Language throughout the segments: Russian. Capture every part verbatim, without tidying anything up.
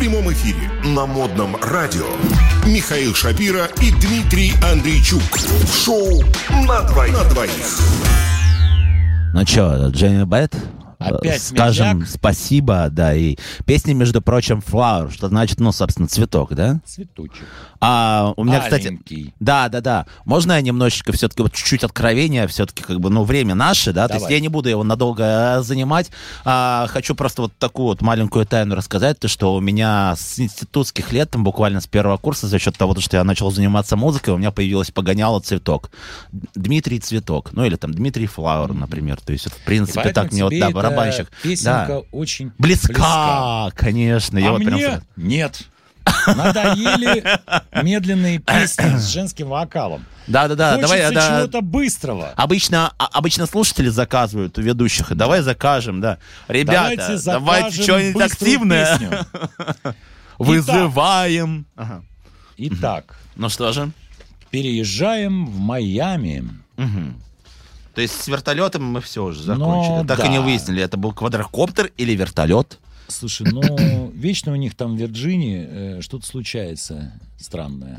прямом эфире на Модном радио Михаил Шапира и Дмитрий Андрейчук. В шоу «На двоих». На двоих. Ну что, Дженни Бет? Опять скажем медляк. Спасибо, да, и песня, между прочим, flower, что значит, ну, собственно, цветок, да? Цветочек. А у меня, Аленький. кстати, да, да, да. Можно я немножечко все-таки вот чуть-чуть откровения, все-таки как бы, ну, время наше, да, Давай. то есть я не буду его надолго занимать. А, хочу просто вот такую вот маленькую тайну рассказать, то что у меня с институтских лет, там буквально с первого курса, за счет того, что я начал заниматься музыкой, у меня появилась погоняла цветок. Дмитрий Цветок, ну или там Дмитрий Flower, например. То есть, вот, в принципе, так мне вот, да, барабанщик. Песенка Да. очень Близка, близка. конечно. Я А вот мне прям... нет. Надоели медленные песни с женским вокалом. Да-да-да, Хочется давай, да. чего-то быстрого. Обычно, а- обычно слушатели заказывают у ведущих. И давай закажем, да. Ребята, Давайте давайте закажем что-нибудь быструю активное. песню. Вызываем. Ага. Итак, Ну что же. переезжаем в Майами. Мгм. То есть с вертолетом мы все уже закончили. Ну, так да. и не выяснили, это был квадрокоптер или вертолет. Слушай, ну, вечно у них там в Вирджинии э, что-то случается странное.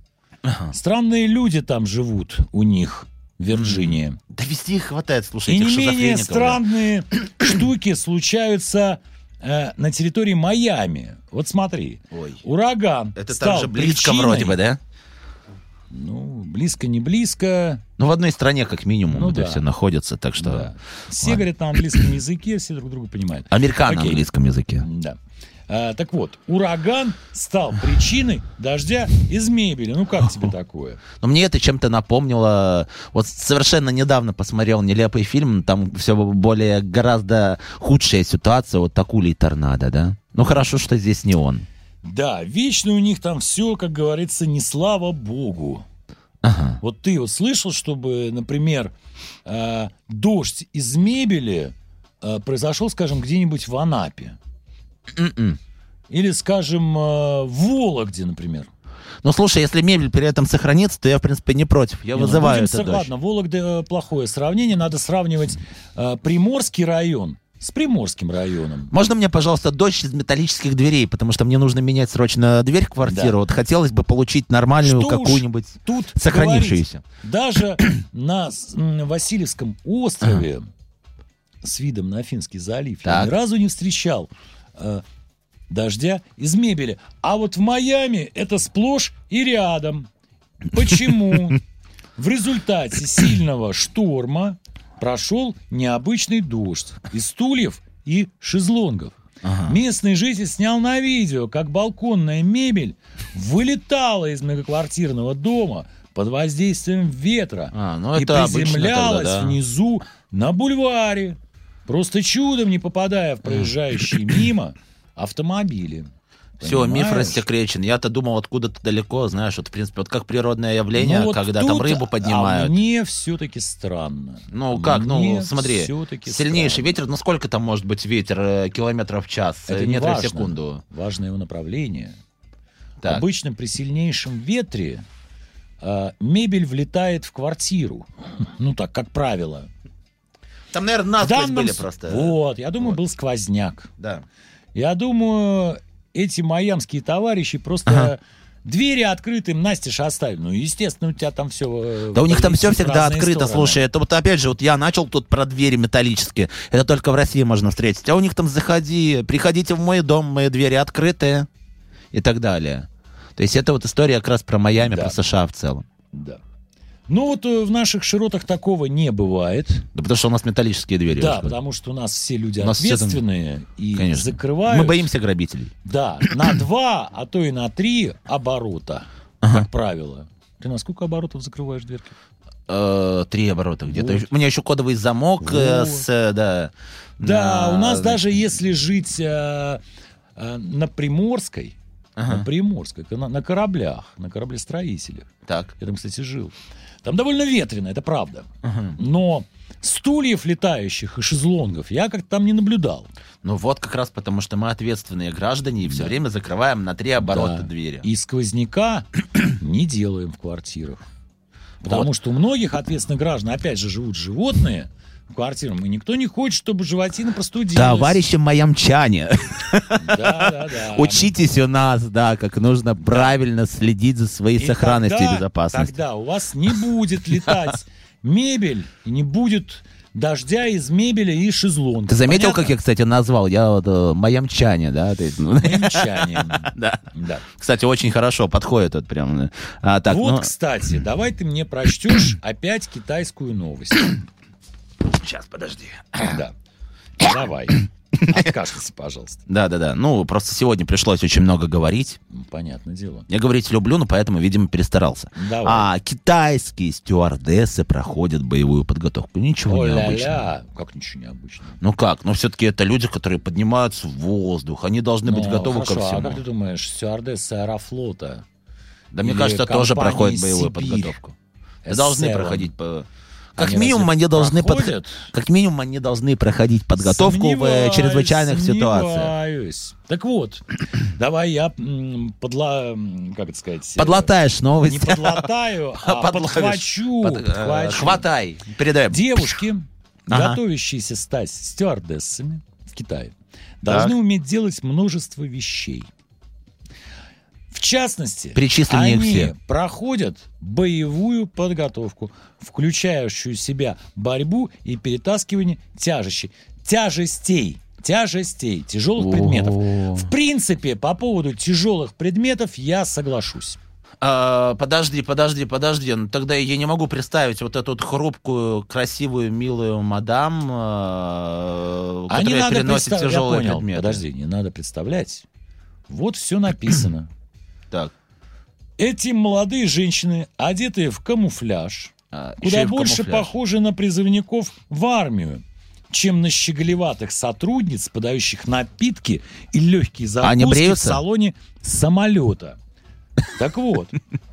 Странные люди там живут у них в Вирджинии. Да везде их хватает, слушай, И этих не менее шизофреников, да. странные штуки случаются э, на территории Майами. Вот смотри, Ой. ураган Это стал так же близко причиной- вроде бы, да? Ну, близко, не близко. Ну, в одной стране, как минимум, Ну это да. все находится, так что... Да. Все говорят на английском языке, все друг друга понимают. Американо на Окей. английском языке. Да. А, так вот, ураган стал причиной дождя из мебели. Ну, как тебе такое? Но мне это чем-то напомнило... Вот совершенно недавно посмотрел нелепый фильм, там все более, гораздо худшая ситуация, вот Акулий торнадо, да? Ну, хорошо, что здесь не он. Да, вечно у них там все, как говорится, не слава богу. Ага. Вот ты вот слышал, чтобы, например, э, дождь из мебели э, произошел, скажем, где-нибудь в Анапе? М-м. Или, скажем, э, в Вологде, например? Ну, слушай, если мебель при этом сохранится, то я, в принципе, не против. Я Не, ну, вызываю будем это сра- дождь. Ладно, Вологда э, плохое сравнение. Надо сравнивать э, Приморский район с Приморским районом. Можно мне, пожалуйста, дождь из металлических дверей, потому что мне нужно менять срочно дверь в квартиру. Да. Вот хотелось бы получить нормальную Что уж какую-нибудь тут сохранившуюся. говорить. Даже на с- м, Васильевском острове с видом на Финский залив я Так. ни разу не встречал э, дождя из мебели. А вот в Майами это сплошь и рядом. Почему? В результате сильного шторма прошел необычный дождь из стульев и шезлонгов. Ага. Местный житель снял на видео, как балконная мебель вылетала из многоквартирного дома под воздействием ветра А, ну и это обычно приземлялась тогда, да. внизу на бульваре, просто чудом не попадая в проезжающие мимо автомобили. Все, миф Понимаешь? рассекречен. Я-то думал, откуда-то далеко, знаешь, вот, в принципе, вот как природное явление, Ну, вот когда тут, там рыбу поднимают. А мне все-таки странно. Ну как, ну Мне смотри, всё-таки сильнейший странно. ветер, ну сколько там может быть ветер, э, километров в час, Это э, не метров в важно. секунду? Важно его направление. Так. Обычно при сильнейшем ветре э, мебель влетает в квартиру. Ну так, как правило. Там, наверное, В насквозь данном были с- просто. Вот, я думаю, Вот. был сквозняк. Да. Я думаю, эти майамские товарищи просто Ага. двери открытым настежь оставили. Ну, естественно, у тебя там все... Да у них там все всегда открыто, слушай, это вот опять же, вот я начал тут про двери металлические, это только в России можно встретить, а у них там заходи, приходите в мой дом, мои двери открытые и так далее. То есть это вот история как раз про Майами, Да. про США в целом. Да. Ну, вот э, в наших широтах такого не бывает. Да потому что у нас металлические двери. Да, уже. потому что у нас все люди У нас все там- ответственные и Конечно. закрывают. Мы боимся грабителей. Да, на два, а то и на три оборота, Ага. как правило. Ты на сколько оборотов закрываешь дверки? Э, Три оборота где-то. Вот. У меня еще кодовый замок, э, Вот. с, э, да. Да, на- у нас даже если жить э, э, на Приморской, Ага. на Приморской, на, на кораблях, на кораблестроителях, Так. я там, кстати, жил, там довольно ветрено, это правда. Ага. Но стульев летающих и шезлонгов я как-то там не наблюдал. Ну вот как раз потому, что мы ответственные граждане и все Да. время закрываем на три оборота Да. двери. И сквозняка не делаем в квартирах. Потому Вот. что у многих ответственных граждан, опять же, живут животные, квартирам. И никто не хочет, чтобы животина простудилась. Товарищи маямчане, Да, да, да. учитесь у нас, да, как нужно правильно следить за своей И сохранностью тогда- и безопасностью. Тогда у вас не будет летать мебель, и не будет дождя из мебели и шезлонга. Ты заметил, Понятно? как я, кстати, назвал? Я вот э, маямчане, да? ты- ну, Примечание. Да. Да. Кстати, очень хорошо подходит вот прям. А, так, Вот, ну, кстати, давай ты мне прочтешь опять китайскую новость. сейчас, подожди. Да. Давай. Откашляйся, пожалуйста. Да-да-да. Ну, просто сегодня пришлось очень много говорить. Ну, понятное дело. Я говорить люблю, но поэтому, видимо, перестарался. Давай. А китайские стюардессы проходят боевую подготовку. Ничего необычного. О-ля-ля. Как ничего необычного. Ну как? Ну все-таки это люди, которые поднимаются в воздух. Они должны быть Ну, готовы хорошо, ко всему. А как ты думаешь, стюардессы Аэрофлота? Да мне или кажется, тоже компании проходят боевую «Сибирь», подготовку. Да должны эс севен. проходить по... Как Они минимум, разве они должны под- проходят? как минимум они должны проходить подготовку в э, Сомневаюсь, чрезвычайных ситуациях. сомневаюсь. Так вот, давай я м, подла... м, как это сказать? э, Подлатаешь Не новость. подлатаю, а Подловишь. подхвачу. Под- э, подхвачу. Хватай. Передай. Девушки, Ага. готовящиеся стать стюардессами в Китае, должны уметь делать множество вещей. В частности, Перечислены их они все. проходят боевую подготовку, включающую в себя борьбу и перетаскивание тяжестей. Тяжестей. Тяжестей, тяжелых предметов. О. В принципе, по поводу тяжелых предметов я соглашусь. А, подожди, подожди, подожди. Ну, тогда я не могу представить вот эту вот хрупкую, красивую, милую мадам, а, А не которая надо переносит представ- я тяжелые понял. предметы. Подожди, не надо представлять. Вот все написано. Так. Эти молодые женщины, одетые в камуфляж, А, еще куда и в больше камуфляж. похожи на призывников в армию, чем на щеголеватых сотрудниц, подающих напитки и легкие Они закуски в бреются? салоне самолета. Так вот.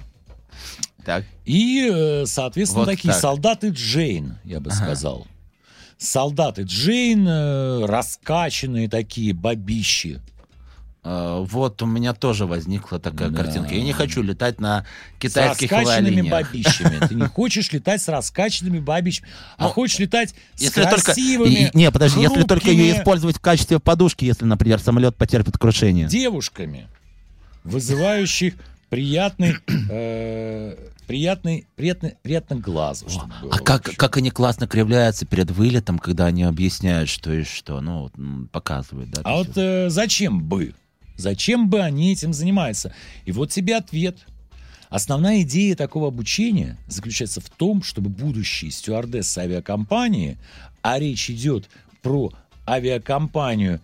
Так. И, э, соответственно, Вот такие так. солдаты Джейн, я бы сказал. Солдаты Джейн, э, раскачанные такие бабищи. А, вот у меня тоже возникла такая Да. картинка. Я не хочу летать на С китайских раскачанными авиалиниях. бабищами. Ты не хочешь летать с раскачанными бабищами, а Ну, хочешь летать с Если только... красивыми, и- Не, подожди, если только ее хрупкими использовать в качестве подушки, если, например, самолет потерпит крушение. девушками, вызывающих приятный, э, приятный, приятный, приятный глаз. чтобы было А как, вообще. как они классно кривляются перед вылетом, когда они объясняют, что и что. Ну, вот, м, показывают, да. А то вот есть э, зачем бы? Зачем бы они этим занимаются? И вот тебе ответ. Основная идея такого обучения заключается в том, чтобы будущие стюардессы авиакомпании, а речь идет про авиакомпанию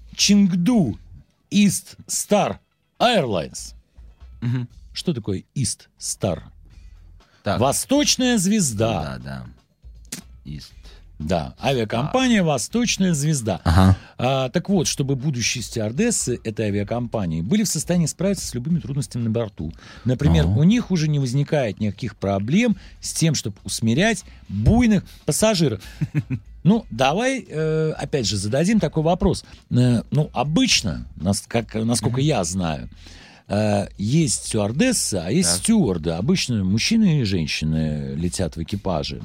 Chengdu East Star Airlines. Мгм. Что такое East Star? Так. Восточная звезда. Да, да. Ист. Да, авиакомпания «Восточная звезда». Ага. А, так вот, чтобы будущие стюардессы этой авиакомпании были в состоянии справиться с любыми трудностями на борту. Например, Ага. у них уже не возникает никаких проблем с тем, чтобы усмирять буйных пассажиров. Ну, давай, э, опять же, зададим такой вопрос. Э, ну, обычно, нас- как, насколько я знаю, э, есть стюардессы, а есть Так. стюарды. Обычно мужчины и женщины летят в экипаже.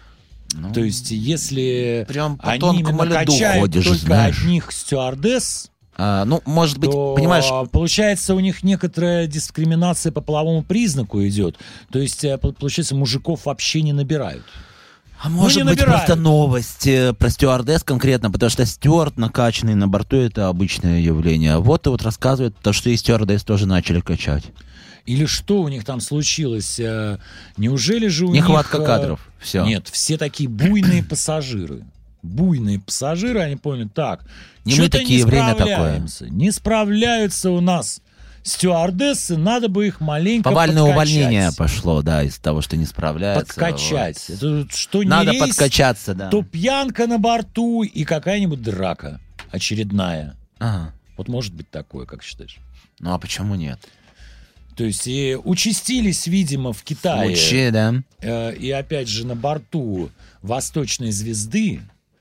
Ну, То есть, если прям по они тонкому именно льду качают ходишь, только знаешь. одних стюардесс, а, ну, может быть, то, понимаешь, получается, у них некоторая дискриминация по половому признаку идет. То есть, э, пол- получается, мужиков вообще не набирают. а может не быть набирают. просто новость э, про стюардесс конкретно, потому что стюард накачанный на борту — это обычное явление. А вот и вот рассказывает, то, что и стюардесс тоже начали качать. Или что у них там случилось? Э, Неужели же у Нехватка них... э, кадров. Все. Нет, все такие буйные пассажиры. Буйные пассажиры, они поняли, так, Не мы что-то такие, не время такое. справляемся. Не справляются у нас стюардессы, надо бы их маленько Повальное подкачать. увольнение пошло, да, из того, что не справляется. Подкачать. вот. Это что не Надо рейс, подкачаться, да. то пьянка на борту и какая-нибудь драка очередная. Ага. Вот может быть такое, как считаешь? Ну а почему нет? То есть и участились, видимо, в Китае. Случаи, да. Э, и опять же на борту Восточной звезды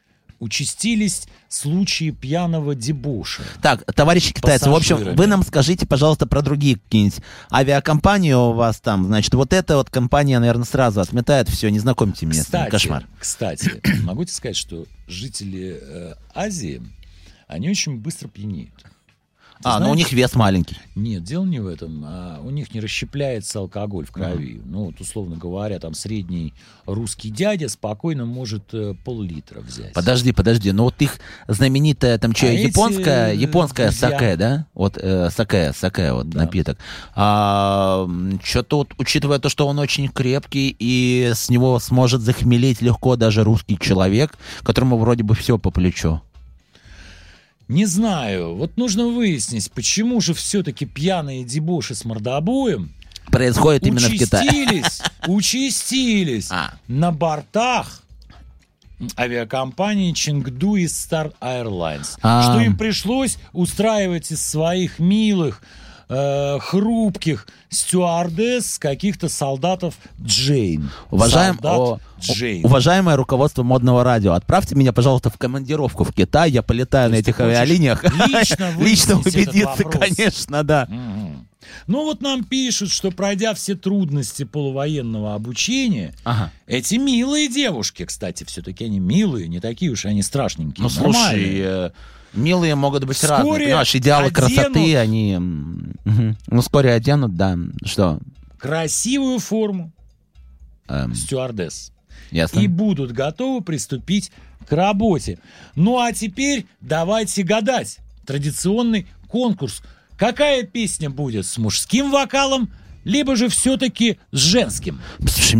участились случаи пьяного дебоша. Так, товарищи китайцы, в общем, Пассажирами. вы нам скажите, пожалуйста, про другие какие-нибудь авиакомпании у вас там. Значит, вот эта вот компания, наверное, сразу отметает все, не знакомьте меня с ним, Кстати, кошмар. кстати, могу тебе сказать, что жители э, Азии, они очень быстро пьянеют. Ты А, ну у знаешь? них вес маленький. Нет, дело не в этом. А у них не расщепляется алкоголь в крови. Mm. Ну, вот, условно говоря, там средний русский дядя спокойно может э, пол-литра взять. Подожди, подожди, ну вот их знаменитая там что, А эти японская, японская друзья- саке, да? Вот э, саке, саке вот Да. напиток. А, что-то вот, учитывая то, что он очень крепкий и с него сможет захмелеть легко даже русский человек, которому вроде бы все по плечу. Не знаю. Вот нужно выяснить, почему же все-таки пьяные дебоши с мордобоем Происходит именно в Китае. участились, участились А. на бортах авиакомпании Chengdu и Star Airlines. А. Что им пришлось устраивать из своих милых, э, хрупких стюардесс каких-то солдатов Джейн. Уважаем, Солдат о, Джейн. уважаемое руководство модного радио, отправьте меня, пожалуйста, в командировку в Китай, я полетаю на есть ты этих хочешь авиалиниях. лично Лично выяснить этот убедиться, вопрос? конечно, да. Мгм. Ну вот нам пишут, что пройдя все трудности полувоенного обучения, Ага. эти милые девушки, кстати, все-таки они милые, не такие уж они страшненькие, Ну, слушай, нормальные. э, милые могут быть Вскоре разные. Понимаешь, идеалы оденут- красоты, они... м, мгм. Ну, вскоре оденут, да. Что? Красивую форму Эм, стюардесс. ясно. И будут готовы приступить к работе. Ну а теперь давайте гадать. Традиционный конкурс. Какая песня будет с мужским вокалом, либо же все-таки с женским? Слушай,